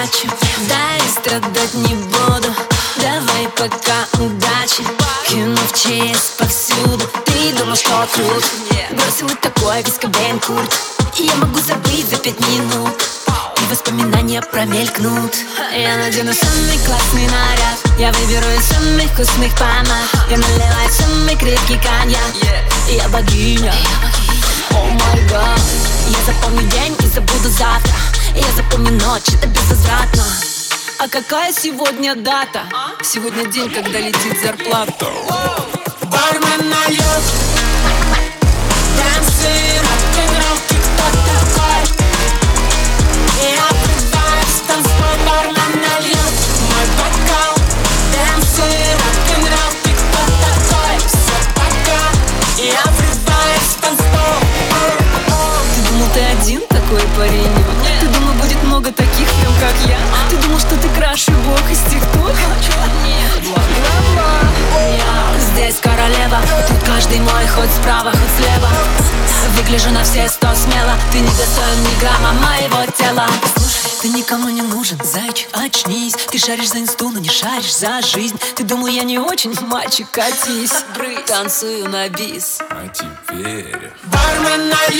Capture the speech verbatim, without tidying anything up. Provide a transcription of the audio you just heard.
иначе. Да, и страдать не буду. Давай пока удачи. Кино в ЧС повсюду. Ты думал, что тут бросил и такой весь Кобейн Курт. И я могу забыть за пять минут, и воспоминания промелькнут. Я надену самый классный наряд, я выберу из самых вкусных помад. Я наливаю самый крепкий коньяк. Я богиня, о май гад. Я запомню день и забуду завтра. Я запомню ночь, это безвозвратно. А какая сегодня дата? Сегодня день, когда летит зарплата. Бармен нальет, танцы, рок-н-ролл, ты кто такой? Я врываюсь в танцпол, бармен нальет мой бокал. Танцы, рок-н-ролл, ты кто такой? Все, пока. Я врываюсь в танцпол. Ты думал, ты один такой парень? Ты думал, будет много таких, прям как я? Ты думал, что ты краше бог из ТикТока? Бла-бла-бла. Здесь королева, тут каждый мой, хоть справа, хоть слева. Выгляжу на все сто смело. Ты не достоин ни грамма моего тела. Слушай, ты никому не нужен, зайчик, очнись. Ты шаришь за инсту, но не шаришь за жизнь. Ты думал, я не очень, мальчик, катись. Танцую на бис. А теперь бармен нальет.